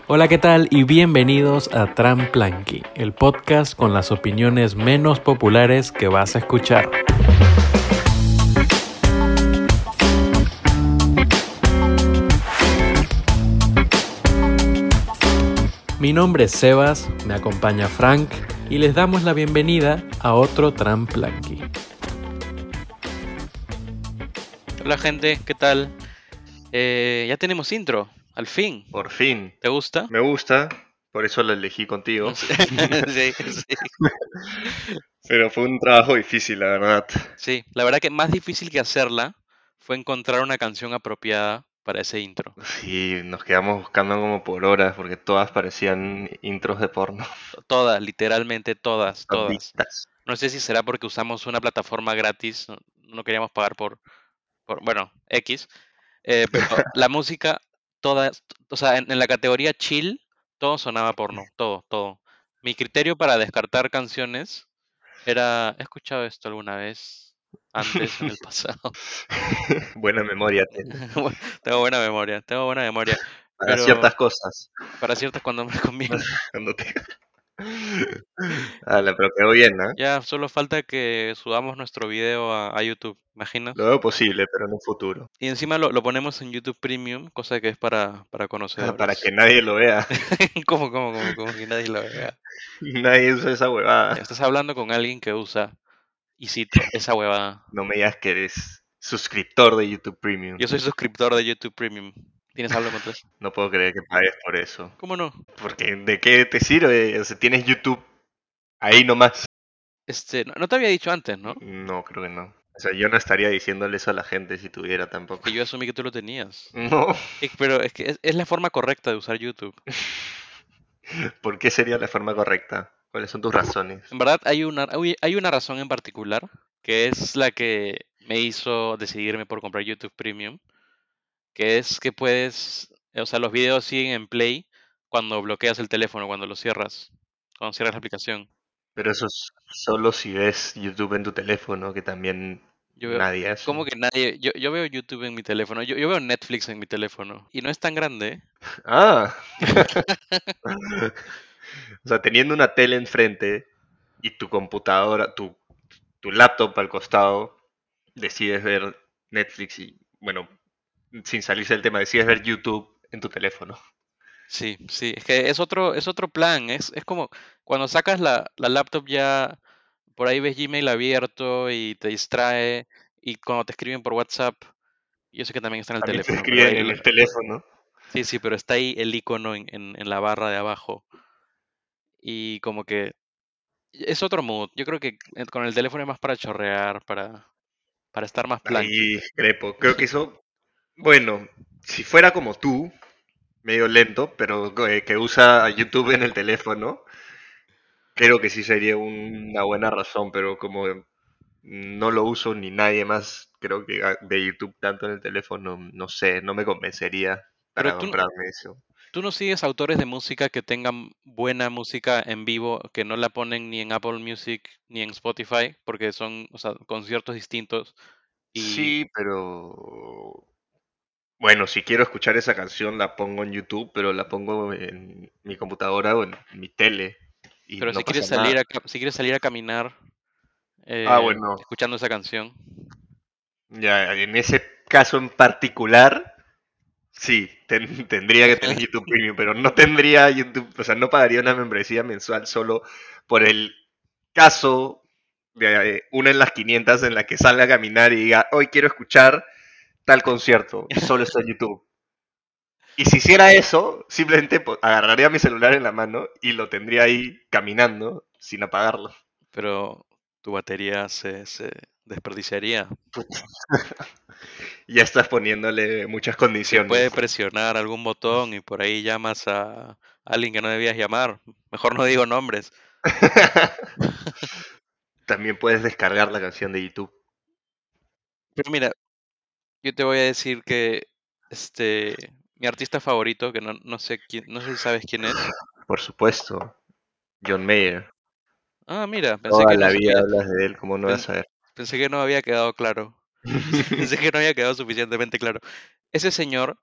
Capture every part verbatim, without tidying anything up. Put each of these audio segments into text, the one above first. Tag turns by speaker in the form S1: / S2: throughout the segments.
S1: Hola, ¿qué tal? Y bienvenidos a Tramplanqui, el podcast con las opiniones menos populares que vas a escuchar. Mi nombre es Sebas, me acompaña Frank y les damos la bienvenida a otro Tramplanqui.
S2: Hola gente, ¿qué tal? Eh, ya tenemos intro, al fin.
S3: Por fin.
S2: ¿Te gusta?
S3: Me gusta, por eso la elegí contigo.
S2: Sí, sí.
S3: Pero fue un trabajo difícil, la verdad.
S2: Sí, la verdad que más difícil que hacerla fue encontrar una canción apropiada para ese intro.
S3: Sí, nos quedamos buscando como por horas porque todas parecían intros de porno.
S2: Todas, literalmente todas, todas.
S3: Toditas.
S2: No sé si será porque usamos una plataforma gratis, no, no queríamos pagar por, por bueno, X, eh, pero la música, todas, o sea, en, en la categoría chill, todo sonaba porno, todo, todo. Mi criterio para descartar canciones era, he escuchado esto alguna vez, antes, en el pasado.
S3: Buena memoria tienes
S2: Bueno, tengo buena memoria, tengo buena memoria,
S3: para
S2: pero
S3: ciertas cosas.
S2: para ciertas cuando me conviene.
S3: Cuando te... Ala, pero quedó bien, ¿no?
S2: Ya solo falta que subamos nuestro video a, a YouTube, ¿imaginas?
S3: Lo veo posible, pero en un futuro.
S2: Y encima lo, lo ponemos en YouTube Premium, cosa que es para, para
S3: Para
S2: conocedores.
S3: que nadie lo vea.
S2: ¿Cómo, cómo, cómo, cómo que nadie lo vea?
S3: Nadie usa esa huevada.
S2: Estás hablando con alguien que usa, y cito, esa huevada.
S3: No me digas que eres suscriptor de YouTube Premium.
S2: Yo soy suscriptor de YouTube Premium. ¿Tienes algo contra eso?
S3: No puedo creer que pagues por eso.
S2: ¿Cómo no?
S3: Porque ¿de qué te sirve? O sea, tienes YouTube ahí nomás.
S2: Este, no, no te había dicho antes, ¿no?
S3: No, creo que no. O sea, yo no estaría diciéndole eso a la gente si tuviera tampoco.
S2: Que yo asumí que tú lo tenías.
S3: No.
S2: Eh, Pero es que es, es la forma correcta de usar YouTube.
S3: ¿Por qué sería la forma correcta? ¿Cuáles son tus razones?
S2: En verdad hay una, hay hay una razón en particular, que es la que me hizo decidirme por comprar YouTube Premium, que es que puedes, o sea, los videos siguen en play cuando bloqueas el teléfono, cuando lo cierras, cuando cierras la aplicación.
S3: Pero eso es solo si ves YouTube en tu teléfono, que también
S2: Yo veo,
S3: nadie hace.
S2: como que nadie, yo, yo veo YouTube en mi teléfono, yo, yo veo Netflix en mi teléfono, y no es tan grande, ¿eh?
S3: Ah. O sea, teniendo una tele enfrente y tu computadora, tu, tu laptop al costado, decides ver Netflix y, bueno, sin salirse del tema, decides ver YouTube en tu teléfono.
S2: Sí, sí, es que es otro, es otro plan, es, es como cuando sacas la, la laptop ya, por ahí ves Gmail abierto y te distrae, y cuando te escriben por WhatsApp, yo sé que también está en el
S3: También te
S2: teléfono, pero
S3: escriben en
S2: ahí,
S3: el teléfono.
S2: sí, sí, pero está ahí el icono en, en, en la barra de abajo, y como que es otro mood, yo creo que eh, con el teléfono es más para chorrear, para, para estar más planqui.
S3: Ahí discrepo. Creo que eso, bueno, si fuera como tú, medio lento, pero que, que usa YouTube en el teléfono, creo que sí sería una buena razón, pero como no lo uso ni nadie más, creo que a- de YouTube tanto en el teléfono, no sé, no me convencería
S2: Pero
S3: para
S2: tú,
S3: comprarme eso.
S2: ¿tú no sigues autores de música que tengan buena música en vivo, que no la ponen ni en Apple Music ni en Spotify, porque son, o sea, conciertos distintos? Y,
S3: Sí, pero bueno, si quiero escuchar esa canción la pongo en YouTube, pero la pongo en mi computadora o en mi tele y
S2: pero
S3: no
S2: si
S3: pasa
S2: quieres
S3: nada.
S2: salir a, ca- si quieres salir a caminar
S3: Ah,
S2: eh,
S3: bueno,
S2: escuchando esa canción,
S3: ya en ese caso en particular, sí, ten- tendría que tener YouTube Premium, pero no tendría YouTube, o sea, no pagaría una membresía mensual solo por el caso de eh, una en las quinientas en la que salga a caminar y diga, hoy quiero escuchar tal concierto y solo está en YouTube. Y si hiciera eso, simplemente po- agarraría mi celular en la mano y lo tendría ahí caminando sin apagarlo.
S2: pero tu batería se, se desperdiciaría.
S3: Ya estás poniéndole muchas
S2: Se
S3: condiciones.
S2: puede presionar algún botón y por ahí llamas a alguien que no debías llamar. Mejor no digo nombres.
S3: También puedes descargar la canción de YouTube.
S2: Pero mira, yo te voy a decir que este mi artista favorito, que no, no sé quién, no sé si sabes quién es.
S3: Por supuesto, John Mayer.
S2: Ah, mira, pensé
S3: Toda
S2: que no
S3: la vida
S2: sabía,
S3: hablas de él, ¿cómo no
S2: pen-
S3: vas a ver?
S2: pensé que no había quedado claro. Pensé que no había quedado suficientemente claro. Ese señor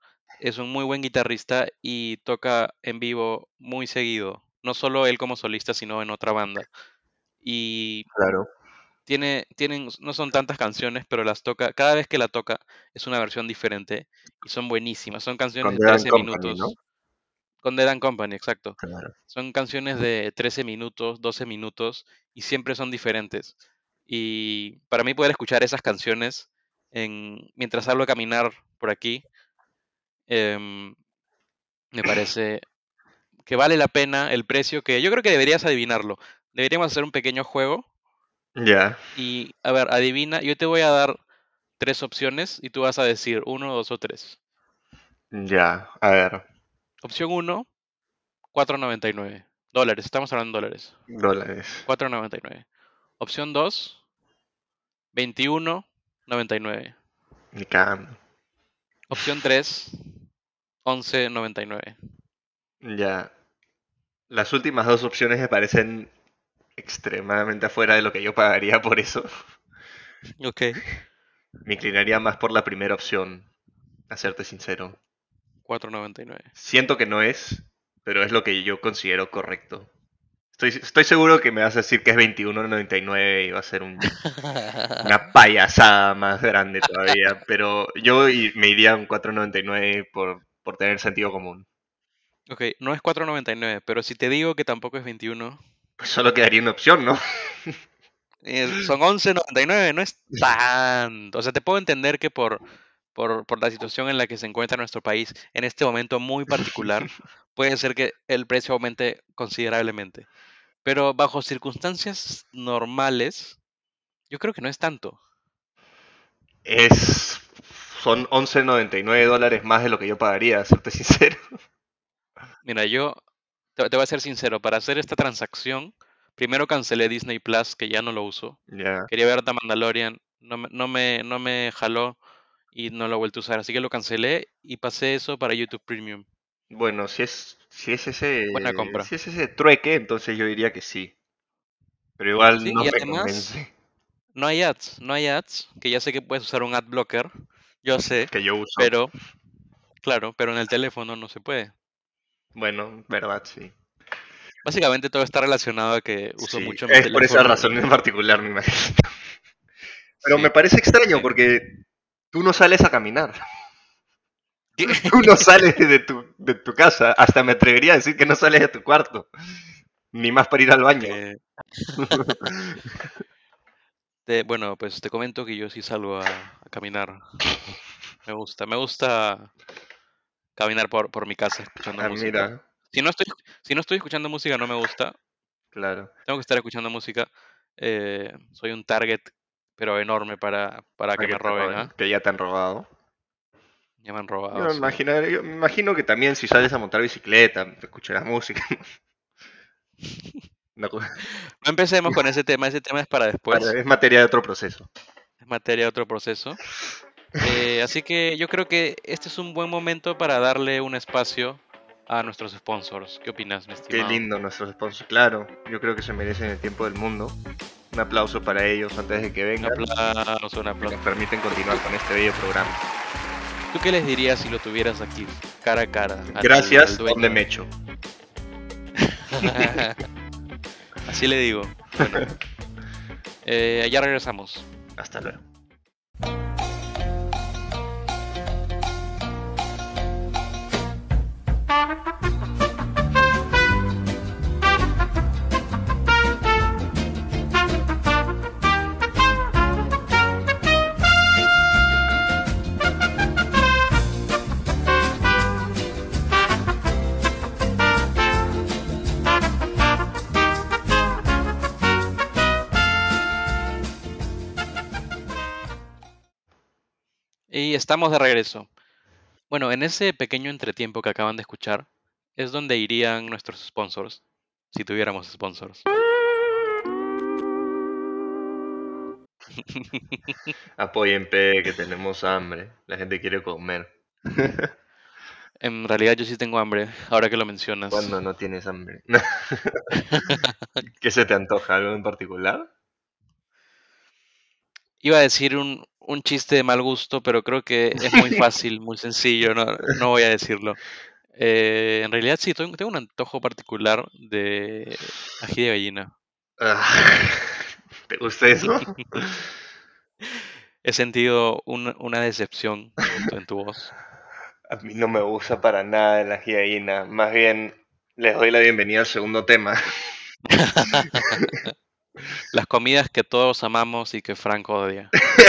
S2: es un muy buen guitarrista y toca en vivo muy seguido. No solo él como solista, sino en otra banda. Y
S3: Claro.
S2: tiene, tienen, no son tantas canciones, pero las toca, cada vez que la toca es una versión diferente y son buenísimas. Son canciones
S3: Con
S2: de
S3: The Dan
S2: trece
S3: Company, ¿no?
S2: minutos. Con The Dan Company, exacto.
S3: Claro.
S2: Son canciones de trece minutos, doce minutos y siempre son diferentes. Y para mí poder escuchar esas canciones en, mientras salgo a caminar por aquí, em, me parece que vale la pena el precio, que yo creo que deberías adivinarlo. Deberíamos hacer un pequeño juego
S3: Ya,
S2: y, a ver, adivina, yo te voy a dar tres opciones y tú vas a decir uno, dos o tres.
S3: ya. A ver,
S2: Opción uno, cuatro noventa y nueve dólares, estamos hablando de dólares.
S3: dólares.
S2: cuatro noventa y nueve. Opción dos, veintiuno noventa y nueve.
S3: Ni cagando.
S2: Opción tres, once noventa y nueve.
S3: Ya. Las últimas dos opciones me parecen extremadamente afuera de lo que yo pagaría por eso.
S2: Ok.
S3: Me inclinaría más por la primera opción, a serte sincero.
S2: cuatro noventa y nueve.
S3: Siento que no es, pero es lo que yo considero correcto. Estoy, estoy seguro que me vas a decir que es veintiuno noventa y nueve y va a ser un- una payasada más grande todavía, pero yo i- me iría a un cuatro noventa y nueve por, por tener sentido común.
S2: Ok, no es cuatro noventa y nueve, pero si te digo que tampoco es veintiuno,
S3: Pues solo quedaría una opción, ¿no?
S2: es- son once noventa y nueve, no es tanto. O sea, te puedo entender que por, por, por la situación en la que se encuentra nuestro país en este momento muy particular, puede ser que el precio aumente considerablemente. Pero bajo circunstancias normales, yo creo que no es tanto.
S3: Es. Son once noventa y nueve dólares más de lo que yo pagaría, a serte sincero.
S2: Mira, yo te, te voy a ser sincero, para hacer esta transacción, primero cancelé Disney Plus, que ya no lo uso.
S3: Ya.
S2: Quería ver The Mandalorian, no me, no me, no me jaló y no lo he vuelto a usar, así que lo cancelé y pasé eso para YouTube Premium.
S3: Bueno, si es, si es ese,
S2: Buena compra.
S3: si es ese trueque, entonces yo diría que sí. Pero igual
S2: Sí,
S3: no
S2: y
S3: me
S2: además
S3: convence.
S2: no hay ads, no hay ads, que ya sé que puedes usar un ad blocker, yo sé,
S3: Que yo uso.
S2: pero, claro, pero en el teléfono no se puede.
S3: Bueno, verdad, sí.
S2: Básicamente todo está relacionado a que uso
S3: Sí,
S2: mucho mi
S3: es por esa
S2: teléfono
S3: razón
S2: y
S3: en particular, me imagino. Pero me
S2: sí,
S3: parece extraño
S2: sí.
S3: porque tú no sales a caminar.
S2: ¿Qué?
S3: Tú no sales de tu, de tu casa. Hasta me atrevería a decir que no sales de tu cuarto. Ni más para ir al baño.
S2: Eh, te- bueno, pues te comento que yo sí salgo a, a caminar. Me gusta, me gusta caminar por, por mi casa escuchando
S3: Ah,
S2: música.
S3: mira,
S2: Si no estoy, si no estoy escuchando música, no me gusta.
S3: claro.
S2: Tengo que estar escuchando música. Eh, soy un target, pero enorme para, para que
S3: Para que
S2: me
S3: te
S2: roben,
S3: roben,
S2: ¿ah?
S3: que ya te han robado.
S2: Ya me han
S3: Yo
S2: robado,
S3: me
S2: sí.
S3: imagino, yo me imagino que también si sales a montar bicicleta, escucharás música. Una cosa-
S2: No empecemos con ese tema, ese tema es para
S3: para-
S2: después.
S3: es materia de otro proceso.
S2: Es materia de otro proceso. Eh, así que yo creo que este es un buen momento para darle un espacio a nuestros sponsors. ¿Qué opinas, mi
S3: Qué
S2: estimado?
S3: lindo nuestros sponsors. Claro, yo creo que se merecen el tiempo del mundo. Un aplauso para ellos antes de que
S2: Un
S3: vengan,
S2: aplauso, un
S3: que
S2: aplauso.
S3: nos permiten continuar con este bello programa.
S2: ¿Tú qué les dirías si lo tuvieras aquí, cara a cara, al, al-
S3: Gracias,
S2: al
S3: donde
S2: dueño?
S3: me echo.
S2: Así le digo. Bueno, eh, ya regresamos.
S3: Hasta luego.
S2: Y estamos de regreso. Bueno, en ese pequeño entretiempo que acaban de escuchar, es donde irían nuestros sponsors, si tuviéramos sponsors.
S3: Apoyen, P, que tenemos hambre. La gente quiere comer.
S2: En realidad yo sí tengo hambre, ahora que lo mencionas.
S3: Cuando no tienes hambre. ¿Qué se te antoja? ¿Algo en particular?
S2: Iba a decir un, un chiste de mal gusto, pero creo que es muy fácil, muy sencillo, no, no voy a decirlo. Eh, en realidad sí, tengo, tengo un antojo particular de ají de gallina.
S3: Ah, ¿te gusta eso?
S2: He sentido un- una decepción en tu, en tu voz.
S3: A mí no me gusta para nada la gallina. Más bien, les doy la bienvenida al segundo tema.
S2: Las comidas que todos amamos y que Franco odia.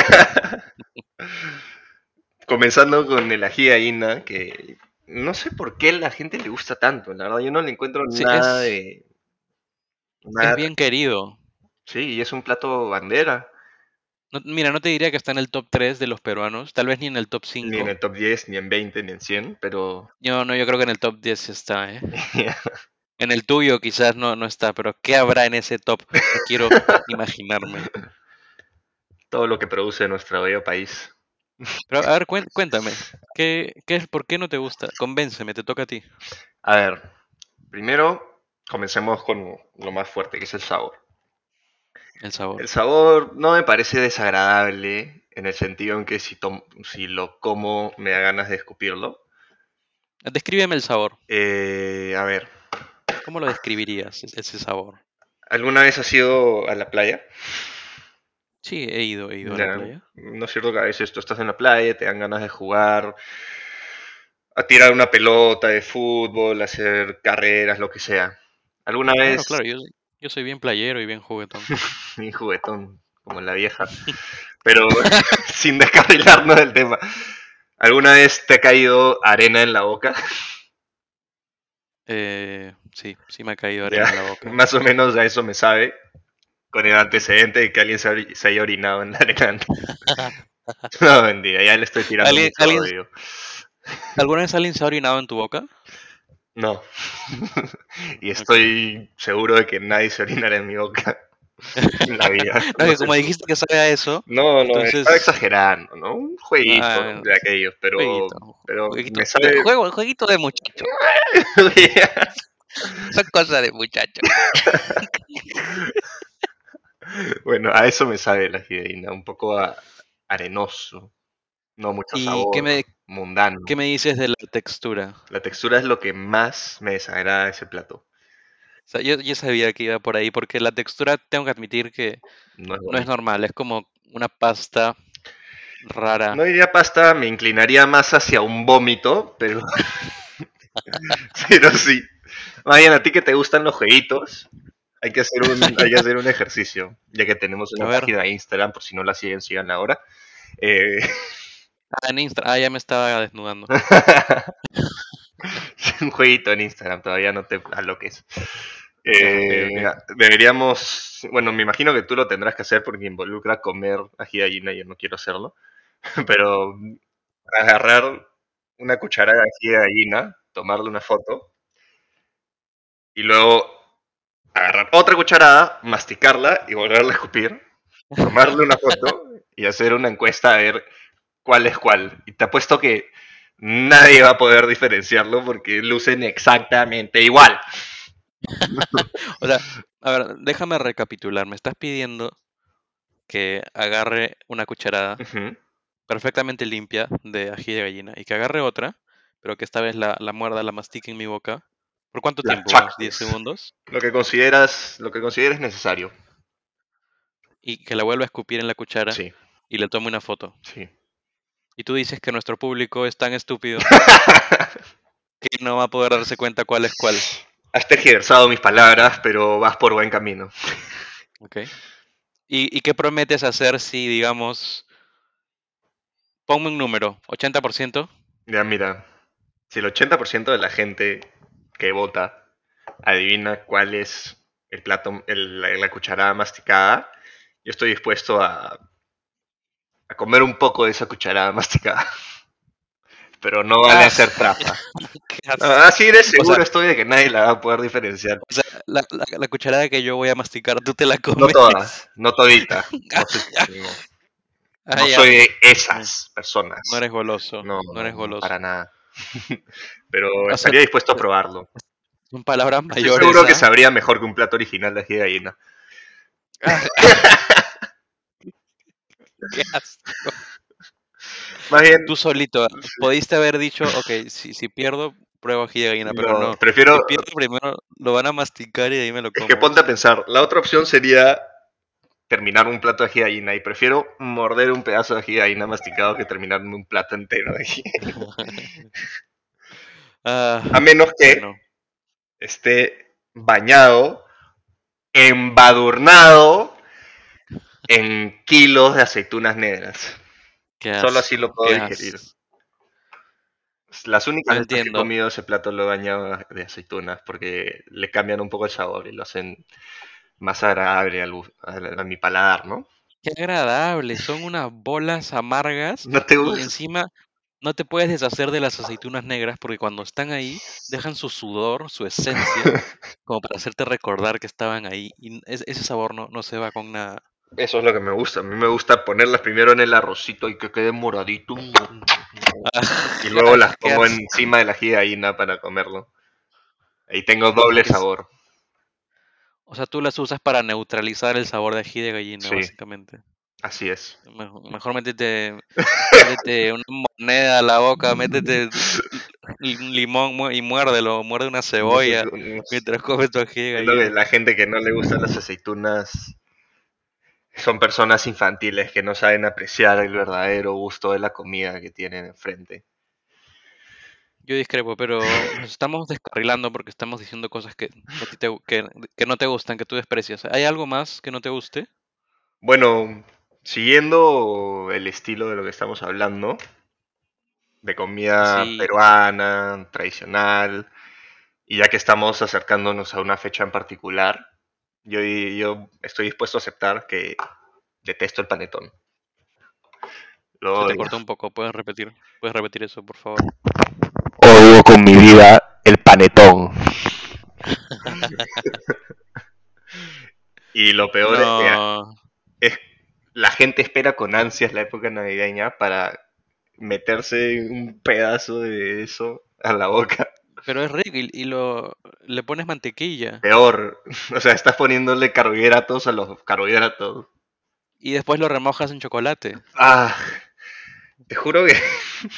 S3: Comenzando con el ají de gallina, que no sé por qué a la gente le gusta tanto. La verdad, yo no le encuentro
S2: Sí,
S3: nada
S2: es,
S3: de...
S2: es
S3: Nada.
S2: bien querido.
S3: Sí, y es un plato bandera.
S2: No- mira, no te diría que está en el top tres de los peruanos, tal vez ni en el top
S3: Ni en
S2: cinco.
S3: el top diez, ni en veinte, ni en cien, pero...
S2: Yo no, yo creo que en el top diez sí está, ¿eh? En el tuyo quizás no, no está, pero ¿qué habrá en ese top? No quiero imaginarme.
S3: todo lo que produce nuestro bello país.
S2: Pero a ver, cuen- cuéntame, ¿qué, qué es, por qué no te gusta? Convénceme, te toca a ti.
S3: A ver, primero comencemos con lo más fuerte, que es el sabor.
S2: El sabor.
S3: El sabor no me parece desagradable en el sentido en que si, tom- si lo como me da ganas de escupirlo.
S2: Descríbeme el sabor.
S3: Eh, a ver,
S2: ¿Cómo lo describirías, ese ese sabor?
S3: ¿alguna vez has ido a la playa?
S2: Sí, he ido, he ido a la
S3: Ya,
S2: playa.
S3: ¿no es cierto que a veces tú estás en la playa, te dan ganas de jugar, a tirar una pelota de fútbol, hacer carreras, lo que sea? ¿Alguna
S2: Claro,
S3: vez,
S2: claro, yo, yo soy bien playero y bien juguetón.
S3: mi juguetón, como la vieja, pero sin descarrilarnos del tema, ¿alguna vez te ha caído arena en la boca?
S2: Eh, sí, sí me ha caído
S3: Ya,
S2: arena en la boca.
S3: más o menos a eso me sabe, con el antecedente de que alguien se, ori- se haya orinado en la arena antes. No, mentira, ya le estoy tirando
S2: ¿Alguien,
S3: mucho
S2: alguien,
S3: odio.
S2: ¿alguna vez alguien se ha orinado en tu boca?
S3: No. Y
S2: Ok.
S3: estoy seguro de que nadie se orinará en mi boca en la vida.
S2: No,
S3: No
S2: que
S3: sé
S2: como
S3: tú.
S2: dijiste que sabe a eso,
S3: No, no, estaba
S2: entonces,
S3: exagerando, ¿no? Un jueguito
S2: ah,
S3: de aquellos, pero,
S2: jueguito,
S3: pero me
S2: jueguito, de,
S3: sabe.
S2: juego, jueguito de muchacho. Son cosas de muchacho.
S3: Bueno, a eso me sabe la gideína, un poco a- arenoso, no mucho
S2: ¿Y qué
S3: sabor,
S2: me, qué
S3: mundano.
S2: me dices de la textura?
S3: La textura es lo que más me desagrada de ese plato.
S2: O sea, yo, yo sabía que iba por ahí, porque la textura tengo que admitir que
S3: No es
S2: no es
S3: bonito.
S2: normal, es como una pasta
S3: No
S2: rara.
S3: diría pasta, me inclinaría más hacia un vómito, pero, pero sí. Más bien, a ti que te gustan los jueguitos, hay que hacer un, hay que hacer un ejercicio, ya que tenemos
S2: A
S3: una
S2: ver,
S3: página de Instagram, por si no la siguen, síganla ahora. Eh,
S2: ah, en Insta, ah, ya me estaba desnudando.
S3: un jueguito en Instagram, todavía no te aloques.
S2: Ya, ok,
S3: Eh,
S2: ok.
S3: deberíamos, bueno, me imagino que tú lo tendrás que hacer porque involucra comer ají de gallina y yo no quiero hacerlo, pero agarrar una cucharada de ají de gallina, tomarle una foto y luego agarrar otra cucharada, masticarla y volverla a escupir, tomarle una foto y hacer una encuesta a ver cuál es cuál. Y te apuesto que nadie va a poder diferenciarlo porque lucen exactamente igual.
S2: O sea, a ver, déjame recapitular. Me estás pidiendo que agarre una cucharada
S3: Ujú.
S2: perfectamente limpia de ají de gallina y que agarre otra, pero que esta vez la, la muerda, la mastique en mi boca. ¿Por cuánto
S3: Las
S2: tiempo? ¿Unos diez
S3: chactes.
S2: segundos?
S3: Lo que consideras, lo que consideres necesario.
S2: Y que la vuelva a escupir en la cuchara
S3: Sí,
S2: y le tome una foto.
S3: sí.
S2: Y tú dices que nuestro público es tan estúpido que no va a poder darse cuenta cuál es cuál.
S3: Has tergiversado mis palabras, pero vas por buen camino.
S2: ¿Ok? ¿Y, y qué prometes hacer si, digamos, ponme un número, ochenta por ciento?
S3: Ya, mira, si el ochenta por ciento de la gente que vota adivina cuál es el plato, el- la, la cucharada masticada, yo estoy dispuesto a, a comer un poco de esa cucharada masticada. Pero no vale
S2: ¡Ah!
S3: hacer trampa.
S2: ¡Qué
S3: No,
S2: asco!
S3: así de
S2: O sea,
S3: seguro estoy de que nadie la va a poder diferenciar.
S2: o sea la, la, la cucharada que yo voy a masticar, tú te la
S3: No
S2: comes.
S3: toda, no todita. No, sé- no,
S2: Ah,
S3: no
S2: ya.
S3: soy de
S2: No,
S3: esas
S2: no
S3: personas.
S2: eres goloso,
S3: No,
S2: no
S3: no,
S2: eres
S3: no, para
S2: goloso.
S3: nada. Pero
S2: O sea,
S3: estaría dispuesto a probarlo.
S2: son palabras
S3: Estoy
S2: mayores,
S3: seguro que
S2: ¿ah?
S3: sabría mejor que un plato original de ají de gallina.
S2: Ah, Qué asco.
S3: Más bien,
S2: Tú solito, pudiste haber dicho, ok, si, si pierdo, pruebo ají de gallina, pero
S3: no,
S2: no.
S3: prefiero...
S2: Si pierdo primero, lo van a masticar y de ahí me lo
S3: Es que
S2: como.
S3: ponte a pensar, la otra opción sería terminar un plato de ají de gallina y prefiero morder un pedazo de ají de gallina masticado que terminarme un plato entero de ají.
S2: Ah,
S3: A menos que
S2: bueno,
S3: esté bañado, embadurnado en kilos de aceitunas negras.
S2: qué
S3: Solo así lo
S2: asco,
S3: puedo
S2: qué
S3: digerir.
S2: asco.
S3: Las únicas
S2: Yo
S3: veces que he
S2: entiendo.
S3: comido ese plato lo he bañado de aceitunas porque le cambian un poco el sabor y lo hacen más agradable al gu- a, a mi paladar, ¿no?
S2: Qué agradable, son unas bolas amargas
S3: ¿No te
S2: y
S3: gusta?
S2: encima no te puedes deshacer de las aceitunas negras porque cuando están ahí dejan su sudor, su esencia, como para hacerte recordar que estaban ahí y es- ese sabor no, no se va con nada.
S3: Eso es lo que me gusta. A mí me gusta ponerlas primero en el arrocito y que quede moradito. Y luego las
S2: Qué
S3: pongo
S2: asco.
S3: encima de la ají de gallina para comerlo. Ahí tengo doble
S2: Que es-
S3: sabor.
S2: o sea, tú las usas para neutralizar el sabor de ají de gallina,
S3: Sí,
S2: básicamente.
S3: así es.
S2: Mejor, mejor métete, métete una moneda a la boca, métete li- un limón mu- y muérdelo, muerde una
S3: No sé,
S2: cebolla
S3: no sé.
S2: mientras comes tu ají de
S3: Siento que
S2: gallina.
S3: la gente que no le gustan las aceitunas son personas infantiles que no saben apreciar el verdadero gusto de la comida que tienen enfrente.
S2: Yo discrepo, pero nos estamos descarrilando porque estamos diciendo cosas que, que a ti te, que, que no te gustan, que tú desprecias. ¿Hay algo más que no te guste?
S3: Bueno, siguiendo el estilo de lo que estamos hablando, de comida
S2: Así,
S3: peruana, tradicional, y ya que estamos acercándonos a una fecha en particular, yo, yo estoy dispuesto a aceptar que detesto el panetón. Lo
S2: se te
S3: odio.
S2: cortó un poco. ¿Puedes repetir? ¿Puedes repetir eso, por favor?
S3: Odio con mi vida el panetón. Y lo peor es que
S2: No,
S3: es, la gente espera con ansias la época navideña para meterse un pedazo de eso a la boca.
S2: pero es rico y, y lo le pones mantequilla
S3: Peor, o sea, estás poniéndole carbohidratos a los carbohidratos.
S2: y después lo remojas en chocolate.
S3: Ah, te juro que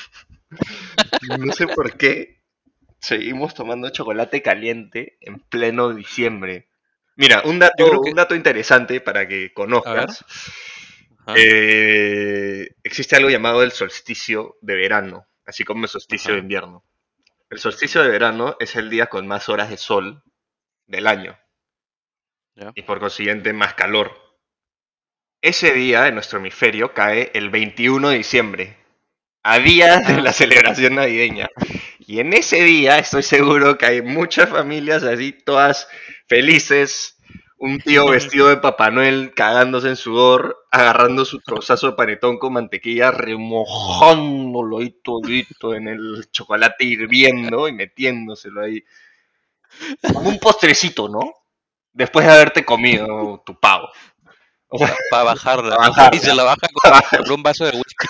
S3: no sé por qué seguimos tomando chocolate caliente en pleno diciembre. Mira, un
S2: Yo creo
S3: dato,
S2: que,
S3: un dato interesante para que
S2: a ver,
S3: conozcas.
S2: ajá,
S3: Eh, existe algo llamado el solsticio de verano, así como el solsticio de
S2: ajá,
S3: invierno. El solsticio de verano es el día con más horas de sol del año
S2: ya.
S3: y por consiguiente más calor. Ese día en nuestro hemisferio cae el veintiuno de diciembre, a días de
S2: Ah,
S3: la celebración navideña. Y en ese día estoy seguro que hay muchas familias así, todas felices, un tío vestido de Papá Noel cagándose en sudor, agarrando su trozazo de panetón con mantequilla, remojándolo ahí todito en el chocolate hirviendo y metiéndoselo ahí. Como un postrecito, ¿no? Después de haberte comido tu pavo. O sea,
S2: para bajarla.
S3: para
S2: Y se
S3: bajarla.
S2: la baja con,
S3: Para
S2: con un vaso de whisky.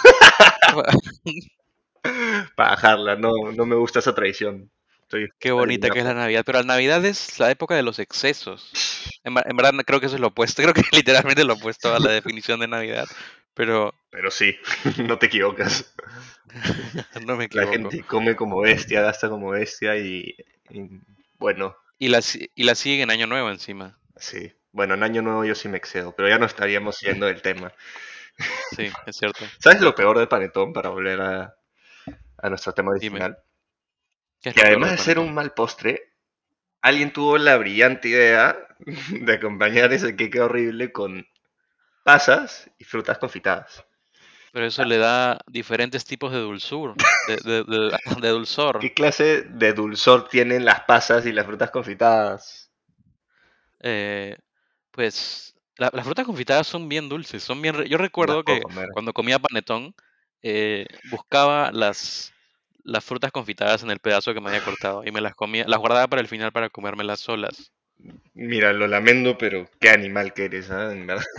S3: bajarla. No, no me gusta esa tradición. Estoy
S2: Qué
S3: dispuesto a
S2: bonita que es
S3: eliminarla.
S2: la Navidad, pero la Navidad es la época de los excesos. En, ver- en verdad no- creo que eso es lo opuesto, creo que es literalmente lo opuesto a la definición de Navidad, pero
S3: Pero sí, no te equivocas.
S2: no me
S3: La
S2: equivoco.
S3: gente come como bestia, gasta como bestia y, y, bueno,
S2: Y la, si- y la sigue en Año Nuevo encima.
S3: sí. Bueno, en Año Nuevo yo sí me excedo, pero ya no estaríamos yendo del tema.
S2: Sí, es cierto, es
S3: ¿Sabes lo
S2: cierto.
S3: peor del panetón para volver a, a nuestro tema
S2: Dime,
S3: original?
S2: ¿qué es
S3: Que
S2: lo peor
S3: además
S2: del
S3: de ser un
S2: panetón?
S3: mal postre, alguien tuvo la brillante idea de acompañar ese queque horrible con pasas y frutas confitadas.
S2: Pero eso le da diferentes tipos de dulzur, de, de, de, de dulzor.
S3: ¿Qué clase de dulzor tienen las pasas y las frutas confitadas?
S2: Eh, pues la- las frutas confitadas son bien dulces, son bien... re- Yo
S3: No las
S2: recuerdo
S3: puedo
S2: que
S3: comer.
S2: cuando comía panetón, eh, buscaba las, las frutas confitadas en el pedazo que me había cortado y me las comía, las guardaba para el final para comérmelas solas.
S3: Mira, lo lamento, pero qué animal que eres, ¿ah? En verdad.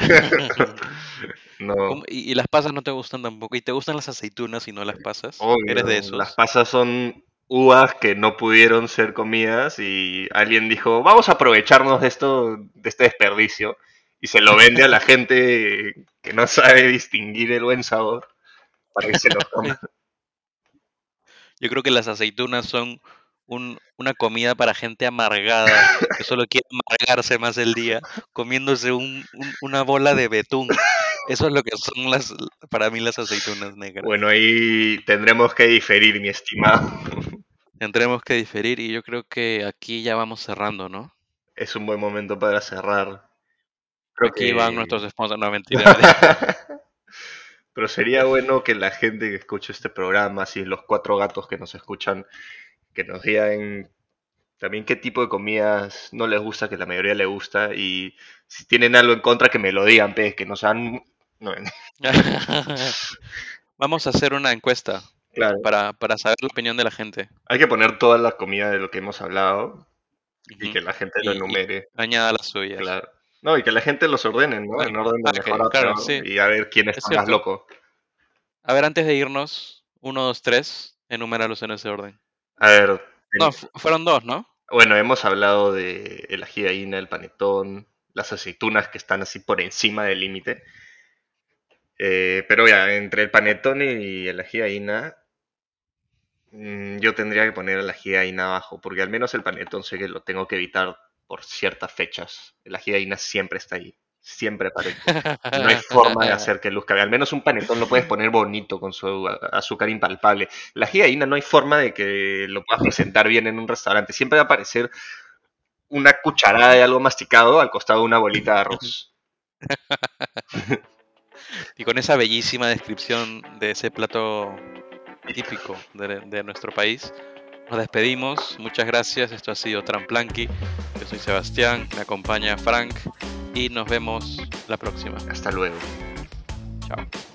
S3: No,
S2: ¿Cómo- Y, y las pasas no te gustan tampoco. ¿Y te gustan las aceitunas y no las pasas? ¿Eres de
S3: obvio. Las
S2: esos?
S3: pasas son uvas que no pudieron ser comidas y alguien dijo, vamos a aprovecharnos de esto, de este desperdicio. y se lo vende a la gente que no sabe distinguir el buen sabor para que se lo coma.
S2: Yo creo que las aceitunas son un- una comida para gente amargada, que solo quiere amargarse más el día, comiéndose un- un- una bola de betún. Eso es lo que son las, para mí las aceitunas negras.
S3: Bueno, ahí tendremos que diferir, mi estimado.
S2: Tendremos que diferir y yo creo que aquí ya vamos cerrando, ¿no?
S3: Es un buen momento para cerrar. Creo
S2: Aquí
S3: que...
S2: van nuestros sponsors, no mentira. mentira.
S3: Pero sería bueno que la gente que escuche este programa, así los cuatro gatos que nos escuchan, que nos digan también qué tipo de comidas no les gusta, que la mayoría le gusta, y si tienen algo en contra, que me lo digan, pues, que no sean... no,
S2: Vamos a hacer una encuesta
S3: claro,
S2: para, para saber la opinión de la gente.
S3: hay que poner toda la comida de lo que hemos hablado y
S2: Ujú.
S3: que la gente lo
S2: Y, y
S3: enumere,
S2: añada las suyas.
S3: claro. No, y que la gente los ordene, ¿no?
S2: Vale.
S3: En orden de
S2: Ah, que-
S3: mejor a
S2: claro,
S3: peor,
S2: sí,
S3: y a ver quién
S2: es
S3: está más
S2: cierto.
S3: loco.
S2: A ver, antes de irnos, uno, dos, tres, enuméralos en ese orden.
S3: A ver,
S2: No, fu- fueron dos, ¿no?
S3: bueno, hemos hablado de el ají de gallina, el panetón, las aceitunas que están así por encima del límite. Eh, pero ya, entre el panetón y el ají de gallina, mm, yo tendría que poner el ají de gallina abajo, porque al menos el panetón sé que lo tengo que evitar por ciertas fechas. El ají de gallina siempre está ahí, siempre aparece. Y no hay forma de hacer que luzca. Al menos un panetón lo puedes poner bonito con su a- azúcar impalpable. La ají de gallina no hay forma de que lo puedas presentar bien en un restaurante. Siempre va a aparecer una cucharada de algo masticado al costado de una bolita de arroz.
S2: Y con esa bellísima descripción de ese plato típico de, de nuestro país, nos despedimos. Muchas gracias. Esto ha sido Tramplanqui. Yo soy Sebastián, me acompaña Frank y nos vemos la próxima.
S3: Hasta luego.
S2: Chao.